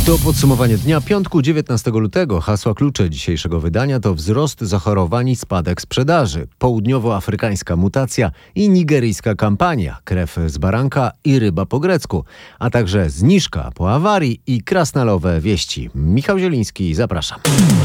To podsumowanie dnia piątku 19 lutego. Hasła klucze dzisiejszego wydania to wzrost zachorowań i spadek sprzedaży, południowoafrykańska mutacja i nigeryjska kampania, krew z baranka i ryba po grecku, a także zniżka po awarii i krasnalowe wieści. Michał Zieliński, zapraszam.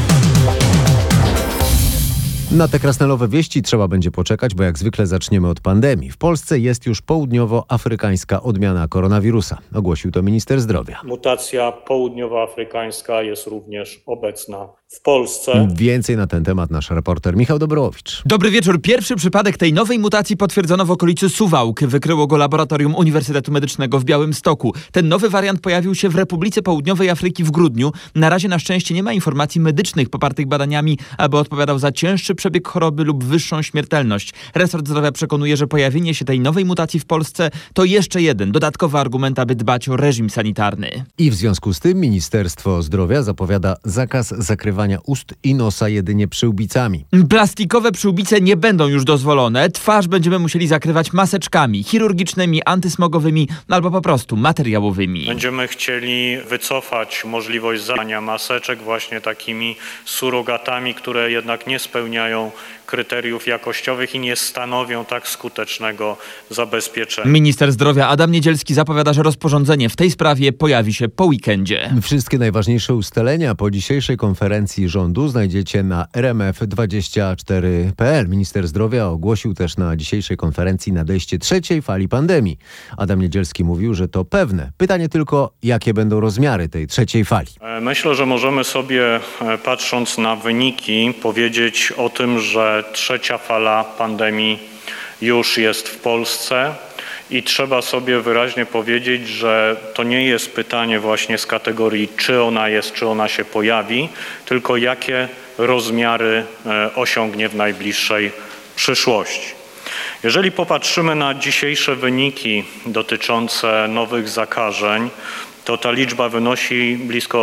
Na te krasnalowe wieści trzeba będzie poczekać, bo jak zwykle zaczniemy od pandemii. W Polsce jest już południowoafrykańska odmiana koronawirusa, ogłosił to minister zdrowia. Mutacja południowoafrykańska jest również obecna w Polsce. Więcej na ten temat nasz reporter Michał Dobrowicz. Dobry wieczór. Pierwszy przypadek tej nowej mutacji potwierdzono w okolicy Suwałk. Wykryło go laboratorium Uniwersytetu Medycznego w Białymstoku. Ten nowy wariant pojawił się w Republice Południowej Afryki w grudniu. Na razie na szczęście nie ma informacji medycznych popartych badaniami, aby odpowiadał za cięższy przebieg choroby lub wyższą śmiertelność. Resort Zdrowia przekonuje, że pojawienie się tej nowej mutacji w Polsce to jeszcze jeden dodatkowy argument, aby dbać o reżim sanitarny. I w związku z tym Ministerstwo Zdrowia zapowiada zakaz zakrywania ust i nosa jedynie przyłbicami. Plastikowe przyłbice nie będą już dozwolone. Twarz będziemy musieli zakrywać maseczkami chirurgicznymi, antysmogowymi albo po prostu materiałowymi. Będziemy chcieli wycofać możliwość zabrania maseczek właśnie takimi surogatami, które jednak nie spełniają kryteriów jakościowych i nie stanowią tak skutecznego zabezpieczenia. Minister zdrowia Adam Niedzielski zapowiada, że rozporządzenie w tej sprawie pojawi się po weekendzie. Wszystkie najważniejsze ustalenia po dzisiejszej konferencji rządu znajdziecie na rmf24.pl. Minister zdrowia ogłosił też na dzisiejszej konferencji nadejście trzeciej fali pandemii. Adam Niedzielski mówił, że to pewne. Pytanie tylko, jakie będą rozmiary tej trzeciej fali. Myślę, że możemy sobie, patrząc na wyniki, powiedzieć o tym, że trzecia fala pandemii już jest w Polsce i trzeba sobie wyraźnie powiedzieć, że to nie jest pytanie właśnie z kategorii czy ona jest, czy ona się pojawi, tylko jakie rozmiary osiągnie w najbliższej przyszłości. Jeżeli popatrzymy na dzisiejsze wyniki dotyczące nowych zakażeń, to ta liczba wynosi blisko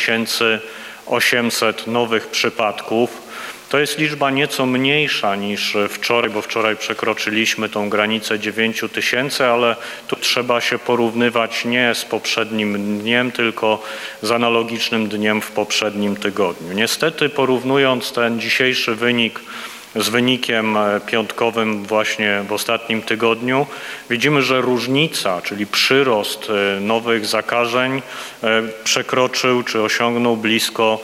8800 nowych przypadków. To jest liczba nieco mniejsza niż wczoraj, bo wczoraj przekroczyliśmy tą granicę 9000, ale tu trzeba się porównywać nie z poprzednim dniem, tylko z analogicznym dniem w poprzednim tygodniu. Niestety porównując ten dzisiejszy wynik z wynikiem piątkowym właśnie w ostatnim tygodniu, widzimy, że różnica, czyli przyrost nowych zakażeń przekroczył czy osiągnął blisko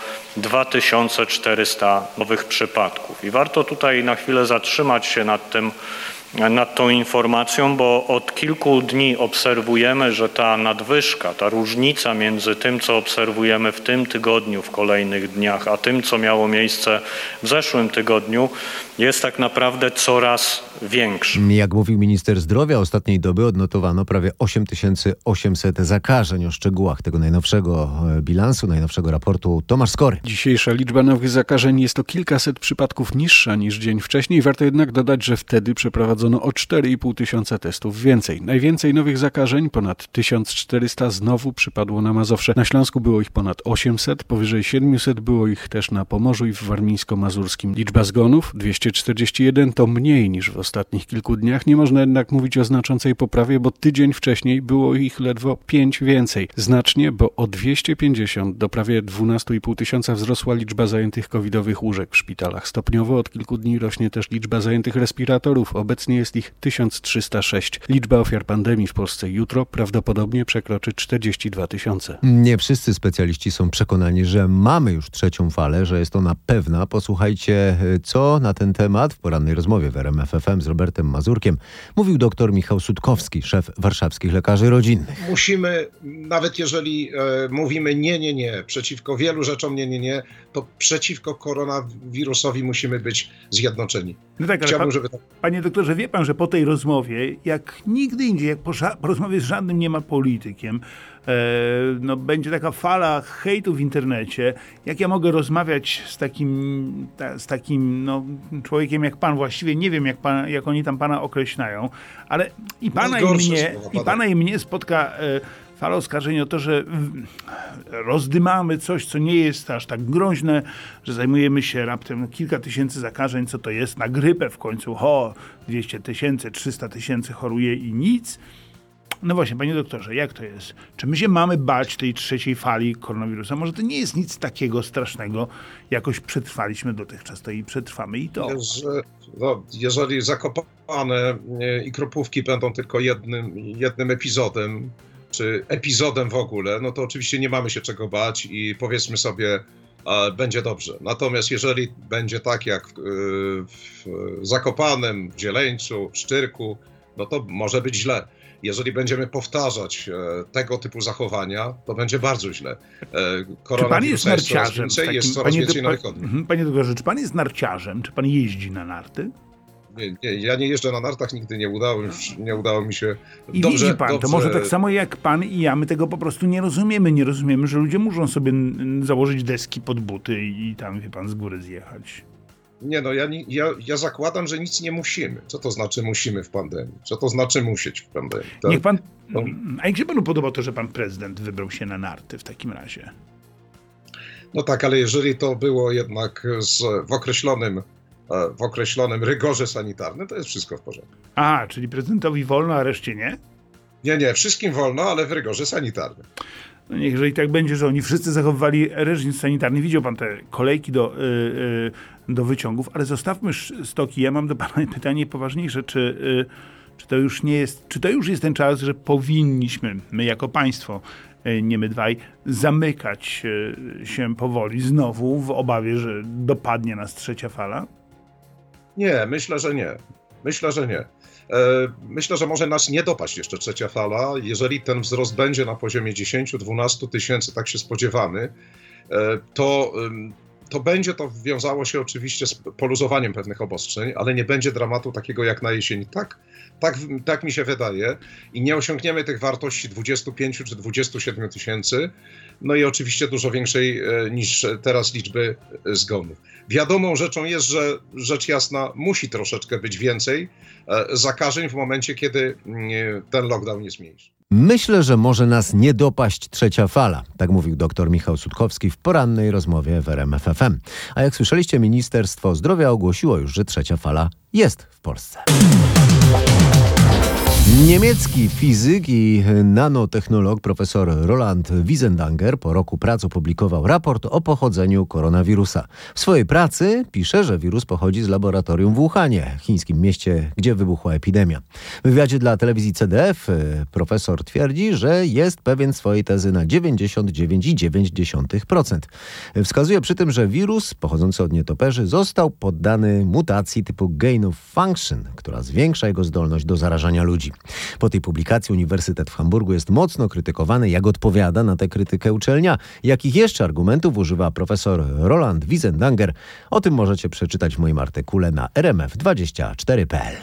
2400 nowych przypadków. I warto tutaj na chwilę zatrzymać się nad tą informacją, bo od kilku dni obserwujemy, że ta nadwyżka, ta różnica między tym, co obserwujemy w tym tygodniu, w kolejnych dniach, a tym, co miało miejsce w zeszłym tygodniu, jest tak naprawdę coraz większa. Jak mówił minister zdrowia, ostatniej doby odnotowano prawie 8800 zakażeń. O szczegółach tego najnowszego bilansu, najnowszego raportu Tomasz Skory. Dzisiejsza liczba nowych zakażeń jest o kilkaset przypadków niższa niż dzień wcześniej. Warto jednak dodać, że wtedy przeprowadzono o 4,5 tysiąca testów więcej. Najwięcej nowych zakażeń, ponad 1400, znowu przypadło na Mazowsze. Na Śląsku było ich ponad 800, powyżej 700 było ich też na Pomorzu i w warmińsko-mazurskim. Liczba zgonów 241 to mniej niż w ostatnich kilku dniach. Nie można jednak mówić o znaczącej poprawie, bo tydzień wcześniej było ich ledwo 5 więcej. Znacznie, bo o 250 do prawie 12,5 tysiąca wzrosła liczba zajętych covidowych łóżek w szpitalach. Stopniowo od kilku dni rośnie też liczba zajętych respiratorów. Obecnie jest ich 1306. Liczba ofiar pandemii w Polsce jutro prawdopodobnie przekroczy 42 tysiące. Nie wszyscy specjaliści są przekonani, że mamy już trzecią falę, że jest ona pewna. Posłuchajcie, co na ten temat w porannej rozmowie w RMF FM z Robertem Mazurkiem mówił dr Michał Sutkowski, szef warszawskich lekarzy rodzinnych. Musimy, nawet jeżeli mówimy nie, przeciwko wielu rzeczom nie, to przeciwko koronawirusowi musimy być zjednoczeni. No tak, ale panie doktorze, wie pan, że po tej rozmowie, jak nigdy indziej, jak po rozmowie z żadnym niemal politykiem, będzie taka fala hejtu w internecie. Jak ja mogę rozmawiać z takim człowiekiem jak pan, właściwie nie wiem jak oni tam pana określają, ale i pana i mnie spotka fala oskarżeń o to, że rozdymamy coś, co nie jest aż tak groźne, że zajmujemy się raptem kilka tysięcy zakażeń, co to jest na grypę w końcu, 200 tysięcy, 300 tysięcy choruje i nic. No właśnie, panie doktorze, jak to jest? Czy my się mamy bać tej trzeciej fali koronawirusa? Może to nie jest nic takiego strasznego, jakoś przetrwaliśmy dotychczas, to i przetrwamy i to. Jeżeli Zakopane i Krupówki będą tylko jednym epizodem, czy epizodem w ogóle, no to oczywiście nie mamy się czego bać i powiedzmy sobie, będzie dobrze. Natomiast jeżeli będzie tak jak w Zakopanem, w Zieleńcu, w Szczyrku, no to może być źle. Jeżeli będziemy powtarzać tego typu zachowania, to będzie bardzo źle. Czy pan jest narciarzem? Jest coraz więcej nowych odmian. Panie doktorze, czy pan jest narciarzem? Czy pan jeździ na narty? Nie, ja nie jeżdżę na nartach, nigdy nie udało mi się. I widzi pan, to może tak samo jak pan i ja, my tego po prostu nie rozumiemy. Nie rozumiemy, że ludzie muszą sobie założyć deski pod buty i tam, wie pan, z góry zjechać. Nie, no ja zakładam, że nic nie musimy. Co to znaczy musimy w pandemii? Co to znaczy musieć w pandemii? Tak? Niech pan, a jak się panu podoba to, że pan prezydent wybrał się na narty w takim razie? No tak, ale jeżeli to było jednak w określonym rygorze sanitarnym, to jest wszystko w porządku. Aha, czyli prezydentowi wolno, a reszcie nie? Nie, wszystkim wolno, ale w rygorze sanitarnym. No nie, jeżeli tak będzie, że oni wszyscy zachowywali reżim sanitarny, widział pan te kolejki do wyciągów, ale zostawmy stoki. Ja mam do pana pytanie poważniejsze, czy to już jest ten czas, że powinniśmy, my jako państwo, nie my dwaj, zamykać się powoli znowu w obawie, że dopadnie nas trzecia fala? Nie, myślę, że nie. Myślę, że może nas nie dopaść jeszcze trzecia fala. Jeżeli ten wzrost będzie na poziomie 10-12 tysięcy, tak się spodziewamy, to będzie to wiązało się oczywiście z poluzowaniem pewnych obostrzeń, ale nie będzie dramatu takiego jak na jesieni. Tak mi się wydaje i nie osiągniemy tych wartości 25 czy 27 tysięcy, no i oczywiście dużo większej niż teraz liczby zgonów. Wiadomą rzeczą jest, że rzecz jasna musi troszeczkę być więcej zakażeń w momencie, kiedy ten lockdown jest mniejszy. Myślę, że może nas nie dopaść trzecia fala, tak mówił dr Michał Sutkowski w porannej rozmowie w RMF FM. A jak słyszeliście, Ministerstwo Zdrowia ogłosiło już, że trzecia fala jest w Polsce. Niemiecki fizyk i nanotechnolog profesor Roland Wiesendanger po roku prac opublikował raport o pochodzeniu koronawirusa. W swojej pracy pisze, że wirus pochodzi z laboratorium w Wuhanie, chińskim mieście, gdzie wybuchła epidemia. W wywiadzie dla telewizji CDF profesor twierdzi, że jest pewien swojej tezy na 99,9%. Wskazuje przy tym, że wirus pochodzący od nietoperzy został poddany mutacji typu gain of function, która zwiększa jego zdolność do zarażania ludzi. Po tej publikacji Uniwersytet w Hamburgu jest mocno krytykowany. Jak odpowiada na tę krytykę uczelnia? Jakich jeszcze argumentów używa profesor Roland Wiesendanger? O tym możecie przeczytać w moim artykule na rmf24.pl.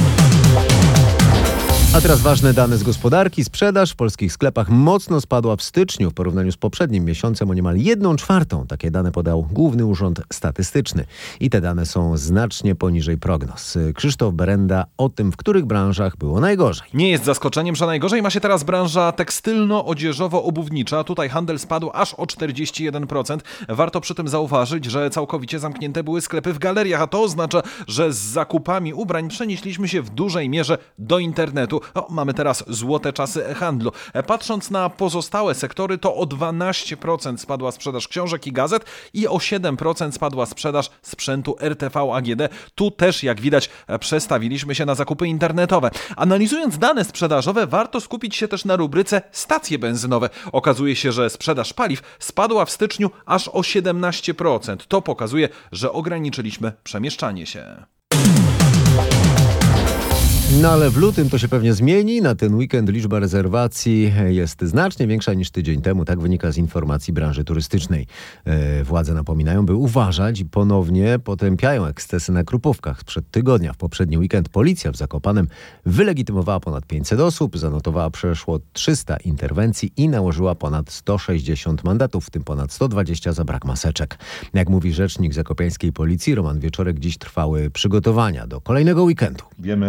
A teraz ważne dane z gospodarki. Sprzedaż w polskich sklepach mocno spadła w styczniu w porównaniu z poprzednim miesiącem o niemal 1/4. Takie dane podał Główny Urząd Statystyczny. I te dane są znacznie poniżej prognoz. Krzysztof Berenda o tym, w których branżach było najgorzej. Nie jest zaskoczeniem, że najgorzej ma się teraz branża tekstylno-odzieżowo-obuwnicza. Tutaj handel spadł aż o 41%. Warto przy tym zauważyć, że całkowicie zamknięte były sklepy w galeriach, a to oznacza, że z zakupami ubrań przenieśliśmy się w dużej mierze do internetu. Mamy teraz złote czasy handlu. Patrząc na pozostałe sektory, to o 12% spadła sprzedaż książek i gazet i o 7% spadła sprzedaż sprzętu RTV AGD. Tu też, jak widać, przestawiliśmy się na zakupy internetowe. Analizując dane sprzedażowe, warto skupić się też na rubryce stacje benzynowe. Okazuje się, że sprzedaż paliw spadła w styczniu aż o 17%. To pokazuje, że ograniczyliśmy przemieszczanie się. No ale w lutym to się pewnie zmieni. Na ten weekend liczba rezerwacji jest znacznie większa niż tydzień temu. Tak wynika z informacji branży turystycznej. Władze napominają, by uważać i ponownie potępiają ekscesy na Krupówkach. Sprzed tygodnia w poprzedni weekend policja w Zakopanem wylegitymowała ponad 500 osób, zanotowała przeszło 300 interwencji i nałożyła ponad 160 mandatów, w tym ponad 120 za brak maseczek. Jak mówi rzecznik zakopiańskiej policji Roman Wieczorek, dziś trwały przygotowania do kolejnego weekendu. Wiemy, że bardzo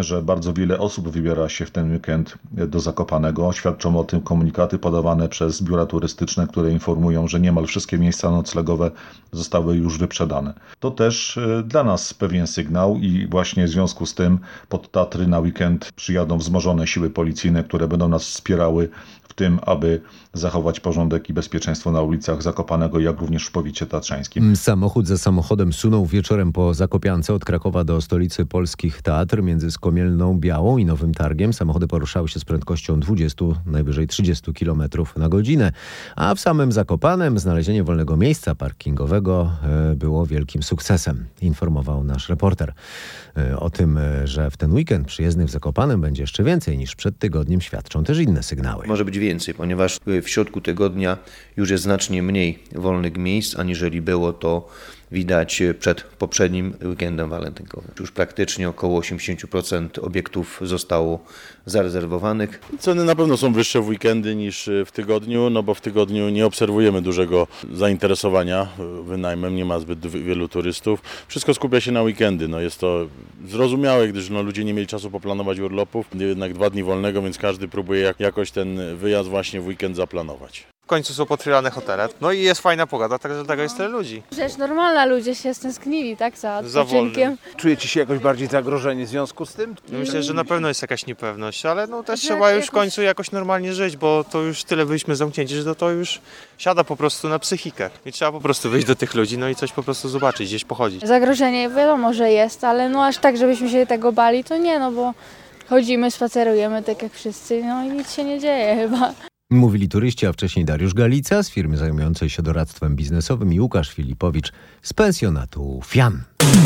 bardzo wiele osób wybiera się w ten weekend do Zakopanego. Świadczą o tym komunikaty podawane przez biura turystyczne, które informują, że niemal wszystkie miejsca noclegowe zostały już wyprzedane. To też dla nas pewien sygnał i właśnie w związku z tym pod Tatry na weekend przyjadą wzmożone siły policyjne, które będą nas wspierały w tym, aby zachować porządek i bezpieczeństwo na ulicach Zakopanego, jak również w powiecie tatrzańskim. Samochód za samochodem sunął wieczorem po Zakopiance od Krakowa do stolicy polskich Tatr między Skomielną Białą i Nowym Targiem. Samochody poruszały się z prędkością 20, najwyżej 30 km na godzinę. A w samym Zakopanem znalezienie wolnego miejsca parkingowego było wielkim sukcesem, informował nasz reporter. O tym, że w ten weekend przyjezdnych w Zakopanem będzie jeszcze więcej niż przed tygodniem, świadczą też inne sygnały. Może być więcej, ponieważ w środku tygodnia już jest znacznie mniej wolnych miejsc, aniżeli było to widać przed poprzednim weekendem walentynkowym. Już praktycznie około 80% obiektów zostało zarezerwowanych. Ceny na pewno są wyższe w weekendy niż w tygodniu, no bo w tygodniu nie obserwujemy dużego zainteresowania wynajmem, nie ma zbyt wielu turystów. Wszystko skupia się na weekendy. No jest to zrozumiałe, gdyż ludzie nie mieli czasu poplanować urlopów, jednak 2 dni wolnego, więc każdy próbuje jakoś ten wyjazd właśnie w weekend zaplanować. W końcu są potwierdzone hotele, no i jest fajna pogoda, także dlatego jest tyle ludzi. Przecież normalna, ludzie się stęsknili, tak, za odpoczynkiem. Czujecie się jakoś bardziej zagrożeni w związku z tym? No myślę, że na pewno jest jakaś niepewność, ale no też trzeba już w końcu jakoś normalnie żyć, bo to już tyle byliśmy zamknięci, że to już siada po prostu na psychikę. I trzeba po prostu wyjść do tych ludzi, no i coś po prostu zobaczyć, gdzieś pochodzić. Zagrożenie wiadomo, że jest, ale no aż tak, żebyśmy się tego bali, to nie, no bo chodzimy, spacerujemy tak jak wszyscy, no i nic się nie dzieje chyba. Mówili turyści, a wcześniej Dariusz Galica z firmy zajmującej się doradztwem biznesowym i Łukasz Filipowicz z pensjonatu FIAN.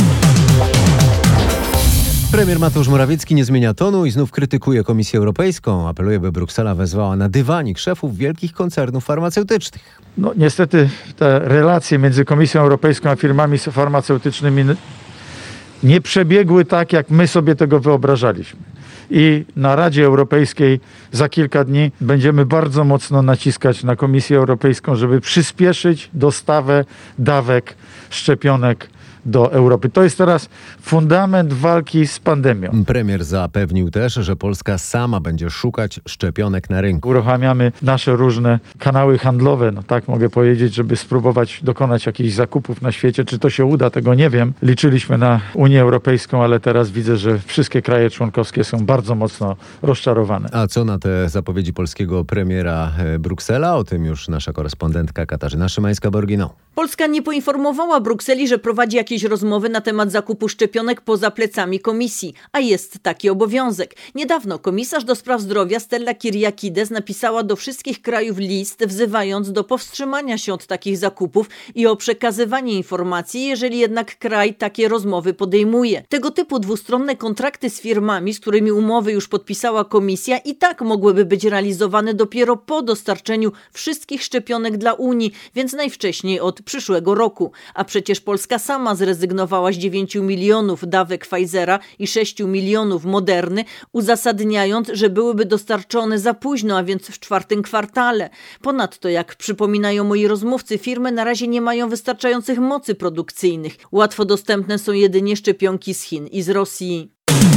Premier Mateusz Morawiecki nie zmienia tonu i znów krytykuje Komisję Europejską. Apeluje, by Bruksela wezwała na dywanik szefów wielkich koncernów farmaceutycznych. No niestety te relacje między Komisją Europejską a firmami farmaceutycznymi nie przebiegły tak, jak my sobie tego wyobrażaliśmy. I na Radzie Europejskiej za kilka dni będziemy bardzo mocno naciskać na Komisję Europejską, żeby przyspieszyć dostawę dawek szczepionek do Europy. To jest teraz fundament walki z pandemią. Premier zapewnił też, że Polska sama będzie szukać szczepionek na rynku. Uruchamiamy nasze różne kanały handlowe, no tak mogę powiedzieć, żeby spróbować dokonać jakichś zakupów na świecie. Czy to się uda, tego nie wiem. Liczyliśmy na Unię Europejską, ale teraz widzę, że wszystkie kraje członkowskie są bardzo mocno rozczarowane. A co na te zapowiedzi polskiego premiera Bruksela? O tym już nasza korespondentka Katarzyna Szymańska-Borginą. Polska nie poinformowała Brukseli, że prowadzi jakieś rozmowy na temat zakupu szczepionek poza plecami komisji, a jest taki obowiązek. Niedawno komisarz do spraw zdrowia Stella Kyriakides napisała do wszystkich krajów list, wzywając do powstrzymania się od takich zakupów i o przekazywanie informacji, jeżeli jednak kraj takie rozmowy podejmuje. Tego typu dwustronne kontrakty z firmami, z którymi umowy już podpisała komisja, i tak mogłyby być realizowane dopiero po dostarczeniu wszystkich szczepionek dla Unii, więc najwcześniej od przyszłego roku. A przecież Polska sama zrezygnowała z 9 milionów dawek Pfizera i 6 milionów Moderny, uzasadniając, że byłyby dostarczone za późno, a więc w 4. kwartale. Ponadto, jak przypominają moi rozmówcy, firmy na razie nie mają wystarczających mocy produkcyjnych. Łatwo dostępne są jedynie szczepionki z Chin i z Rosji.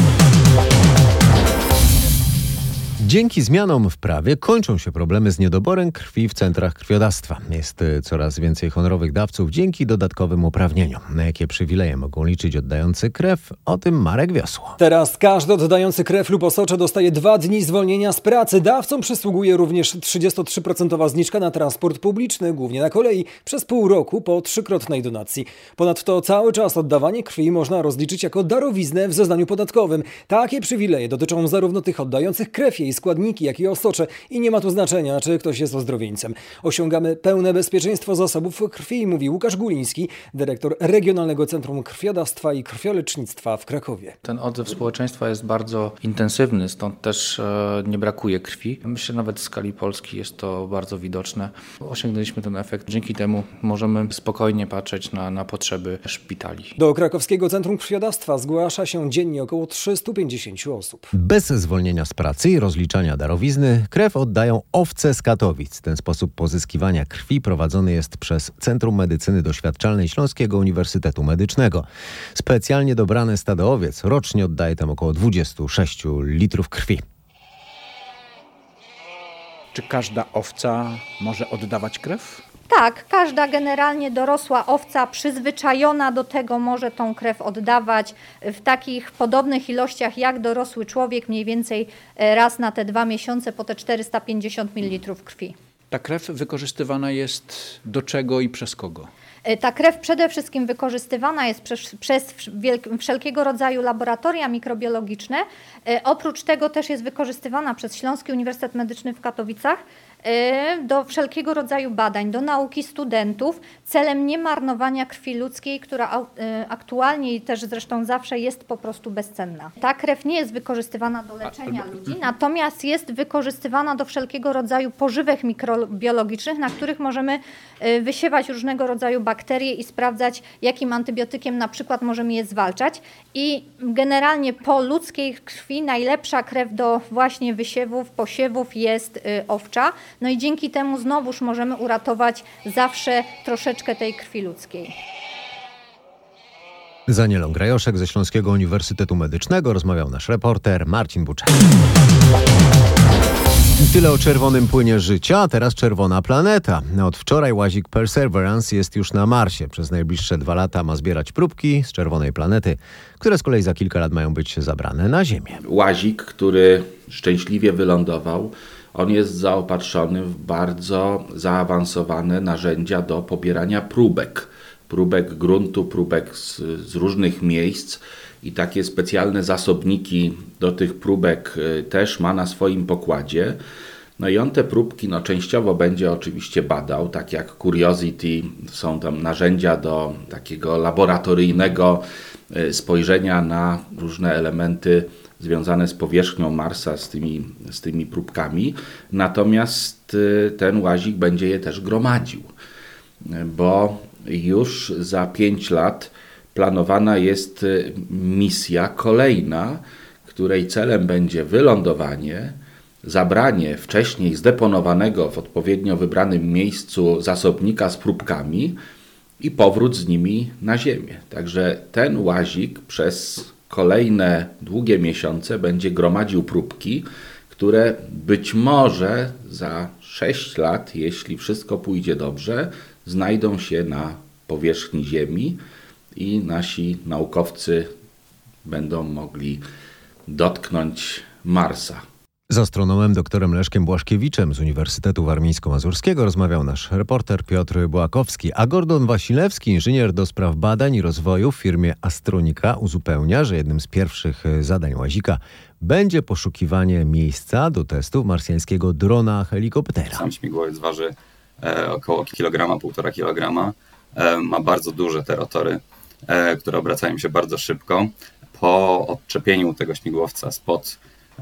Dzięki zmianom w prawie kończą się problemy z niedoborem krwi w centrach krwiodawstwa. Jest coraz więcej honorowych dawców dzięki dodatkowym uprawnieniom. Na jakie przywileje mogą liczyć oddający krew? O tym Marek Wiosło. Teraz każdy oddający krew lub osocze dostaje 2 dni zwolnienia z pracy. Dawcom przysługuje również 33% zniżka na transport publiczny, głównie na kolei, przez pół roku po 3-krotnej donacji. Ponadto cały czas oddawanie krwi można rozliczyć jako darowiznę w zeznaniu podatkowym. Takie przywileje dotyczą zarówno tych oddających krew, jej składniki, jak i osocze i nie ma tu znaczenia, czy ktoś jest ozdrowieńcem. Osiągamy pełne bezpieczeństwo zasobów krwi, mówi Łukasz Guliński, dyrektor Regionalnego Centrum Krwiodawstwa i Krwiolecznictwa w Krakowie. Ten odzew społeczeństwa jest bardzo intensywny, stąd też nie brakuje krwi. Myślę, nawet w skali Polski jest to bardzo widoczne. Osiągnęliśmy ten efekt. Dzięki temu możemy spokojnie patrzeć na potrzeby szpitali. Do Krakowskiego Centrum Krwiodawstwa zgłasza się dziennie około 350 osób. Bez zwolnienia z pracy i rozliczenia rozliczania darowizny krew oddają owce z Katowic. Ten sposób pozyskiwania krwi prowadzony jest przez Centrum Medycyny Doświadczalnej Śląskiego Uniwersytetu Medycznego. Specjalnie dobrane stado owiec rocznie oddaje tam około 26 litrów krwi. Czy każda owca może oddawać krew? Tak, każda generalnie dorosła owca przyzwyczajona do tego może tą krew oddawać w takich podobnych ilościach jak dorosły człowiek, mniej więcej raz na te 2 miesiące po te 450 ml krwi. Ta krew wykorzystywana jest do czego i przez kogo? Ta krew przede wszystkim wykorzystywana jest przez wszelkiego rodzaju laboratoria mikrobiologiczne. Oprócz tego też jest wykorzystywana przez Śląski Uniwersytet Medyczny w Katowicach do wszelkiego rodzaju badań, do nauki studentów, celem niemarnowania krwi ludzkiej, która aktualnie i też zresztą zawsze jest po prostu bezcenna. Ta krew nie jest wykorzystywana do leczenia ludzi, natomiast jest wykorzystywana do wszelkiego rodzaju pożywek mikrobiologicznych, na których możemy wysiewać różnego rodzaju bakterie i sprawdzać, jakim antybiotykiem na przykład możemy je zwalczać. I generalnie po ludzkiej krwi najlepsza krew do właśnie wysiewów, posiewów jest owcza. No i dzięki temu znowuż możemy uratować zawsze troszeczkę tej krwi ludzkiej. Z Anielą Grajoszek ze Śląskiego Uniwersytetu Medycznego rozmawiał nasz reporter Marcin Buczek. Tyle o czerwonym płynie życia, a teraz czerwona planeta. Od wczoraj łazik Perseverance jest już na Marsie. Przez najbliższe 2 lata ma zbierać próbki z czerwonej planety, które z kolei za kilka lat mają być zabrane na Ziemię. Łazik, który szczęśliwie wylądował, on jest zaopatrzony w bardzo zaawansowane narzędzia do pobierania próbek. Próbek gruntu, próbek z różnych miejsc i takie specjalne zasobniki do tych próbek też ma na swoim pokładzie. No i on te próbki częściowo będzie oczywiście badał, tak jak Curiosity, są tam narzędzia do takiego laboratoryjnego spojrzenia na różne elementy związane z powierzchnią Marsa, z tymi próbkami. Natomiast ten łazik będzie je też gromadził, bo już za 5 lat planowana jest misja kolejna, której celem będzie wylądowanie, zabranie wcześniej zdeponowanego w odpowiednio wybranym miejscu zasobnika z próbkami i powrót z nimi na Ziemię. Także ten łazik przez kolejne długie miesiące będzie gromadził próbki, które być może za 6 lat, jeśli wszystko pójdzie dobrze, znajdą się na powierzchni Ziemi i nasi naukowcy będą mogli dotknąć Marsa. Z astronomem doktorem Leszkiem Błaszkiewiczem z Uniwersytetu Warmińsko-Mazurskiego rozmawiał nasz reporter Piotr Błakowski, a Gordon Wasilewski, inżynier do spraw badań i rozwoju w firmie Astronika, uzupełnia, że jednym z pierwszych zadań łazika będzie poszukiwanie miejsca do testów marsjańskiego drona helikoptera. Sam śmigłowiec waży około 1,5 kg. Ma bardzo duże te rotory, które obracają się bardzo szybko. Po odczepieniu tego śmigłowca spod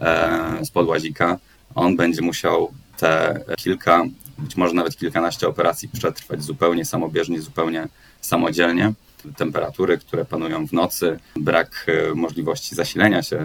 łazika, on będzie musiał te kilka, być może nawet kilkanaście operacji przetrwać zupełnie samobieżnie, zupełnie samodzielnie. Temperatury, które panują w nocy, brak możliwości zasilenia się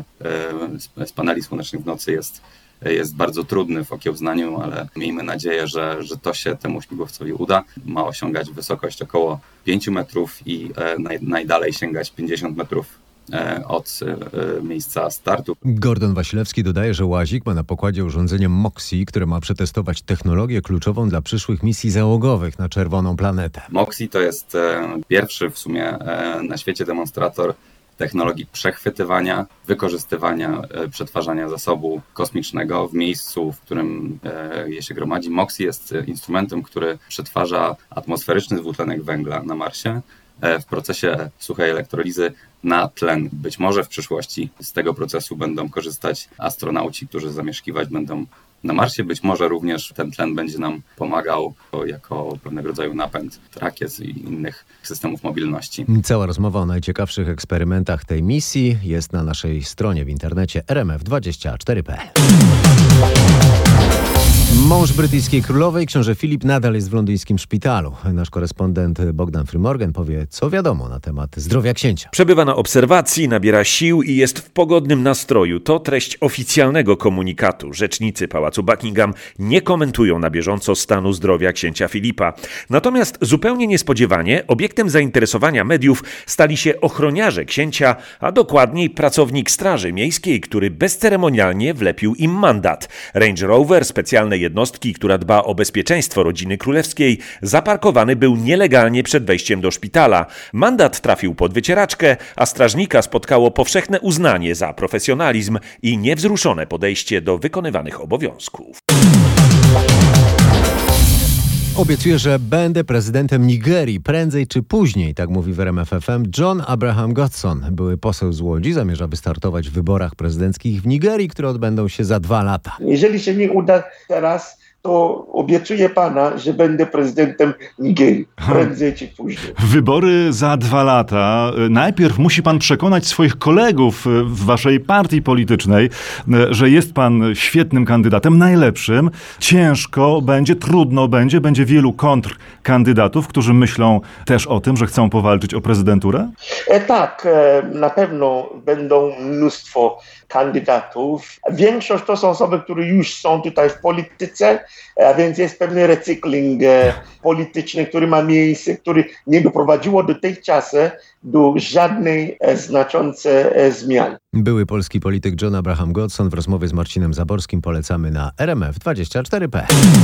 z paneli słonecznych w nocy jest bardzo trudny w okiełznaniu, ale miejmy nadzieję, że to się temu śmigłowcowi uda. Ma osiągać wysokość około 5 metrów i najdalej sięgać 50 metrów od miejsca startu. Gordon Wasilewski dodaje, że łazik ma na pokładzie urządzenie MOXIE, które ma przetestować technologię kluczową dla przyszłych misji załogowych na czerwoną planetę. MOXIE to jest pierwszy w sumie na świecie demonstrator technologii przechwytywania, wykorzystywania, przetwarzania zasobu kosmicznego w miejscu, w którym je się gromadzi. MOXIE jest instrumentem, który przetwarza atmosferyczny dwutlenek węgla na Marsie w procesie suchej elektrolizy na tlen. Być może w przyszłości z tego procesu będą korzystać astronauci, którzy zamieszkiwać będą na Marsie. Być może również ten tlen będzie nam pomagał jako pewnego rodzaju napęd rakiet i innych systemów mobilności. Cała rozmowa o najciekawszych eksperymentach tej misji jest na naszej stronie w internecie rmf24.pl. Mąż brytyjskiej królowej, książę Filip, nadal jest w londyńskim szpitalu. Nasz korespondent Bogdan Frymorgan powie, co wiadomo na temat zdrowia księcia. Przebywa na obserwacji, nabiera sił i jest w pogodnym nastroju. To treść oficjalnego komunikatu. Rzecznicy Pałacu Buckingham nie komentują na bieżąco stanu zdrowia księcia Filipa. Natomiast zupełnie niespodziewanie obiektem zainteresowania mediów stali się ochroniarze księcia, a dokładniej pracownik Straży Miejskiej, który bezceremonialnie wlepił im mandat. Range Rover, specjalnej jednostki, która dba o bezpieczeństwo rodziny królewskiej, zaparkowany był nielegalnie przed wejściem do szpitala. Mandat trafił pod wycieraczkę, a strażnika spotkało powszechne uznanie za profesjonalizm i niewzruszone podejście do wykonywanych obowiązków. Obiecuję, że będę prezydentem Nigerii prędzej czy później, tak mówi w RMF FM John Abraham Godson. Były poseł z Łodzi, zamierza wystartować w wyborach prezydenckich w Nigerii, które odbędą się za 2 lata. Jeżeli się nie uda teraz, to obiecuję pana, że będę prezydentem Nigerii, prędzej czy później. Wybory za 2 lata. Najpierw musi pan przekonać swoich kolegów w waszej partii politycznej, że jest pan świetnym kandydatem, najlepszym. Ciężko będzie, trudno będzie wielu kontrkandydatów, którzy myślą też o tym, że chcą powalczyć o prezydenturę? Tak, na pewno będą mnóstwo kandydatów. Większość to są osoby, które już są tutaj w polityce, a więc jest pewien recykling polityczny, który ma miejsce, który nie doprowadziło dotychczas do żadnej znaczącej zmiany. Były polski polityk John Abraham Godson w rozmowie z Marcinem Zaborskim. Polecamy na RMF24.pl.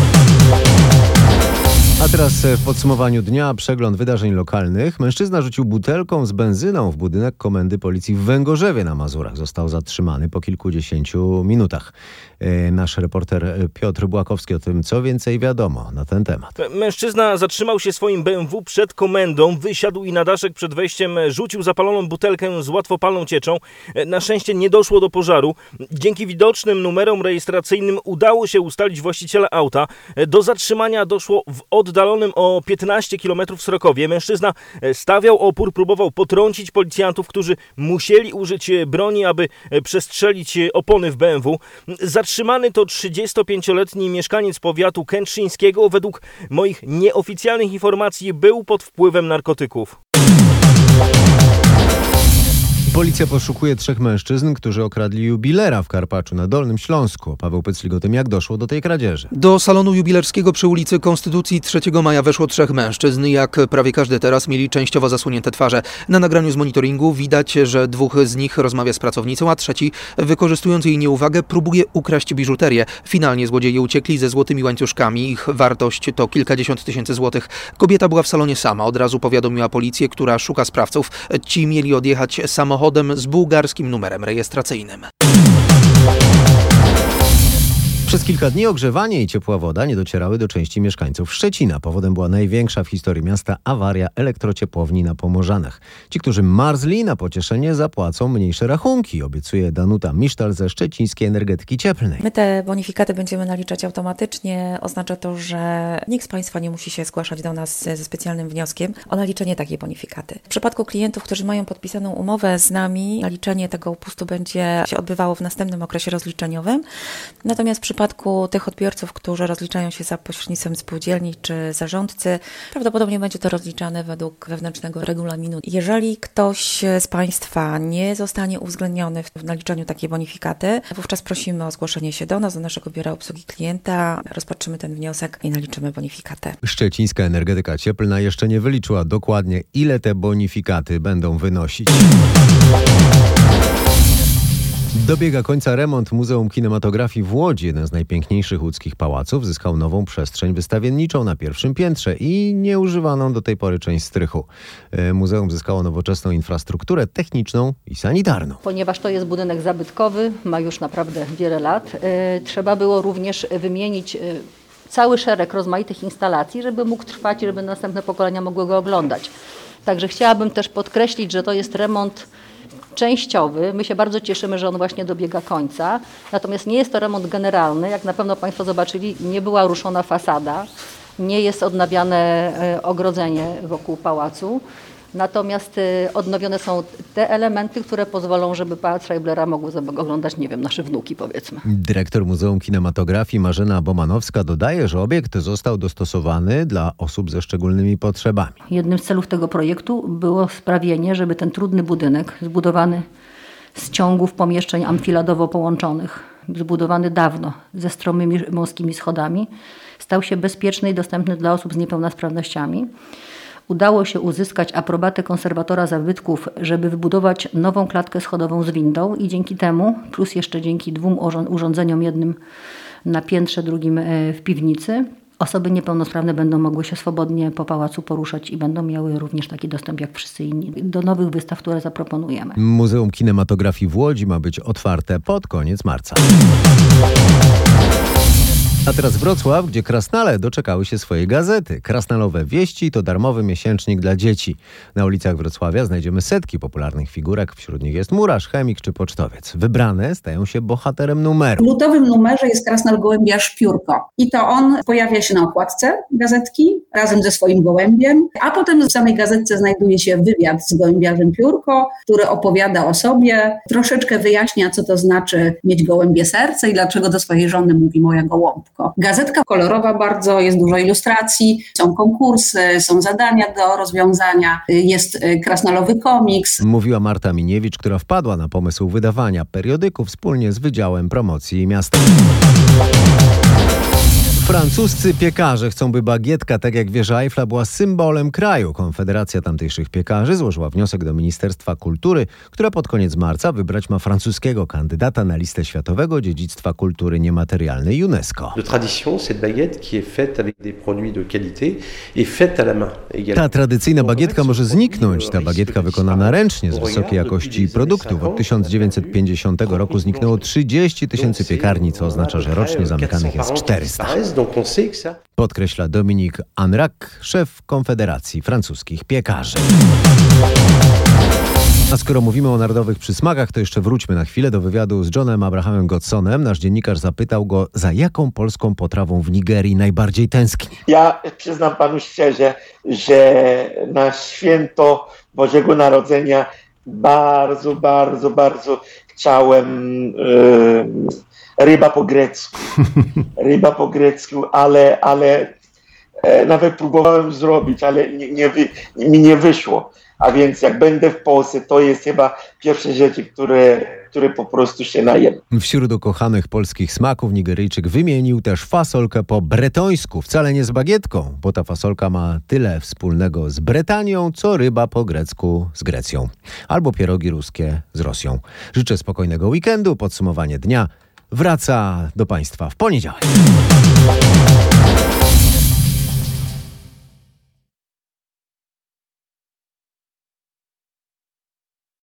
A teraz w podsumowaniu dnia przegląd wydarzeń lokalnych. Mężczyzna rzucił butelką z benzyną w budynek Komendy Policji w Węgorzewie na Mazurach. Został zatrzymany po kilkudziesięciu minutach. Nasz reporter Piotr Błakowski o tym, co więcej wiadomo na ten temat. Mężczyzna zatrzymał się swoim BMW przed komendą, wysiadł i na daszek przed wejściem rzucił zapaloną butelkę z łatwopalną cieczą. Na szczęście nie doszło do pożaru. Dzięki widocznym numerom rejestracyjnym udało się ustalić właściciela auta. Do zatrzymania doszło w oddalonym o 15 km Srokowie. Mężczyzna stawiał opór, próbował potrącić policjantów, którzy musieli użyć broni, aby przestrzelić opony w BMW. Zatrzymany to 35-letni mieszkaniec powiatu kętrzyńskiego. Według moich nieoficjalnych informacji był pod wpływem narkotyków. Policja poszukuje 3 mężczyzn, którzy okradli jubilera w Karpaczu na Dolnym Śląsku. Paweł Pyclik o tym, jak doszło do tej kradzieży. Do salonu jubilerskiego przy ulicy Konstytucji 3 maja weszło 3 mężczyzn. Jak prawie każdy teraz mieli częściowo zasłonięte twarze. Na nagraniu z monitoringu widać, że 2 z nich rozmawia z pracownicą, a 3, wykorzystując jej nieuwagę, próbuje ukraść biżuterię. Finalnie złodzieje uciekli ze złotymi łańcuszkami. Ich wartość to kilkadziesiąt tysięcy złotych. Kobieta była w salonie sama. Od razu powiadomiła policję, która szuka sprawców. Ci mieli odjechać samochodem z bułgarskim numerem rejestracyjnym. Przez kilka dni ogrzewanie i ciepła woda nie docierały do części mieszkańców Szczecina. Powodem była największa w historii miasta awaria elektrociepłowni na Pomorzanach. Ci, którzy marzli, na pocieszenie zapłacą mniejsze rachunki, obiecuje Danuta Misztal ze Szczecińskiej Energetyki Cieplnej. My te bonifikaty będziemy naliczać automatycznie. Oznacza to, że nikt z Państwa nie musi się zgłaszać do nas ze specjalnym wnioskiem o naliczenie takiej bonifikaty. W przypadku klientów, którzy mają podpisaną umowę z nami, naliczenie tego upustu będzie się odbywało w następnym okresie rozliczeniowym. Natomiast w przypadku tych odbiorców, którzy rozliczają się za pośrednictwem spółdzielni czy zarządcy, prawdopodobnie będzie to rozliczane według wewnętrznego regulaminu. Jeżeli ktoś z Państwa nie zostanie uwzględniony w naliczeniu takiej bonifikaty, wówczas prosimy o zgłoszenie się do nas, do naszego biura obsługi klienta, rozpatrzymy ten wniosek i naliczymy bonifikatę. Szczecińska Energetyka Cieplna jeszcze nie wyliczyła dokładnie, ile te bonifikaty będą wynosić. Dobiega końca remont Muzeum Kinematografii w Łodzi. Jeden z najpiękniejszych łódzkich pałaców zyskał nową przestrzeń wystawienniczą na pierwszym piętrze i nieużywaną do tej pory część strychu. Muzeum zyskało nowoczesną infrastrukturę techniczną i sanitarną. Ponieważ to jest budynek zabytkowy, ma już naprawdę wiele lat, trzeba było również wymienić cały szereg rozmaitych instalacji, żeby mógł trwać i żeby następne pokolenia mogły go oglądać. Także chciałabym też podkreślić, że to jest remont częściowy. My się bardzo cieszymy, że on właśnie dobiega końca. Natomiast nie jest to remont generalny. Jak na pewno Państwo zobaczyli, nie była ruszona fasada, nie jest odnawiane ogrodzenie wokół pałacu. Natomiast odnowione są te elementy, które pozwolą, żeby Pałac Schreiblera mogły oglądać, nie wiem, nasze wnuki, powiedzmy. Dyrektor Muzeum Kinematografii Marzena Bomanowska dodaje, że obiekt został dostosowany dla osób ze szczególnymi potrzebami. Jednym z celów tego projektu było sprawienie, żeby ten trudny budynek zbudowany z ciągów pomieszczeń amfiladowo połączonych, zbudowany dawno ze stromymi wąskimi schodami, stał się bezpieczny i dostępny dla osób z niepełnosprawnościami. Udało się uzyskać aprobatę konserwatora zabytków, żeby wybudować nową klatkę schodową z windą i dzięki temu, plus jeszcze dzięki 2 urządzeniom, jednym na piętrze, drugim w piwnicy, osoby niepełnosprawne będą mogły się swobodnie po pałacu poruszać i będą miały również taki dostęp jak wszyscy inni do nowych wystaw, które zaproponujemy. Muzeum Kinematografii w Łodzi ma być otwarte pod koniec marca. A teraz Wrocław, gdzie krasnale doczekały się swojej gazety. Krasnalowe Wieści to darmowy miesięcznik dla dzieci. Na ulicach Wrocławia znajdziemy setki popularnych figurek. Wśród nich jest murarz, chemik czy pocztowiec. Wybrane stają się bohaterem numeru. W lutowym numerze jest krasnal gołębiarz Piórko. I to on pojawia się na okładce gazetki razem ze swoim gołębiem, a potem w samej gazetce znajduje się wywiad z gołębiarzem Piórko, który opowiada o sobie, troszeczkę wyjaśnia, co to znaczy mieć gołębie serce i dlaczego do swojej żony mówi moja gołąbko. Gazetka kolorowa bardzo, jest dużo ilustracji, są konkursy, są zadania do rozwiązania, jest krasnalowy komiks. Mówiła Marta Miniewicz, która wpadła na pomysł wydawania periodyku wspólnie z Wydziałem Promocji Miasta. Francuscy piekarze chcą, by bagietka, tak jak wieża Eiffla, była symbolem kraju. Konfederacja tamtejszych piekarzy złożyła wniosek do Ministerstwa Kultury, które pod koniec marca wybrać ma francuskiego kandydata na listę Światowego Dziedzictwa Kultury Niematerialnej UNESCO. Ta tradycyjna bagietka może zniknąć. Ta bagietka wykonana ręcznie z wysokiej jakości produktów. Od 1950 roku zniknęło 30 000 piekarni, co oznacza, że rocznie zamykanych jest 400. Podkreśla Dominik Anrac, szef Konfederacji Francuskich Piekarzy. A skoro mówimy o narodowych przysmakach, to jeszcze wróćmy na chwilę do wywiadu z Johnem Abrahamem Godsonem. Nasz dziennikarz zapytał go, za jaką polską potrawą w Nigerii najbardziej tęskni. Ja przyznam panu szczerze, że na święto Bożego Narodzenia bardzo chciałem ryba po grecku, ale nawet próbowałem zrobić, ale mi nie wyszło. A więc jak będę w Polsce, to jest chyba pierwsze rzeczy, które po prostu się najem. Wśród ukochanych polskich smaków Nigeryjczyk wymienił też fasolkę po bretońsku, wcale nie z bagietką, bo ta fasolka ma tyle wspólnego z Bretanią, co ryba po grecku z Grecją. Albo pierogi ruskie z Rosją. Życzę spokojnego weekendu, podsumowanie dnia wraca do Państwa w poniedziałek.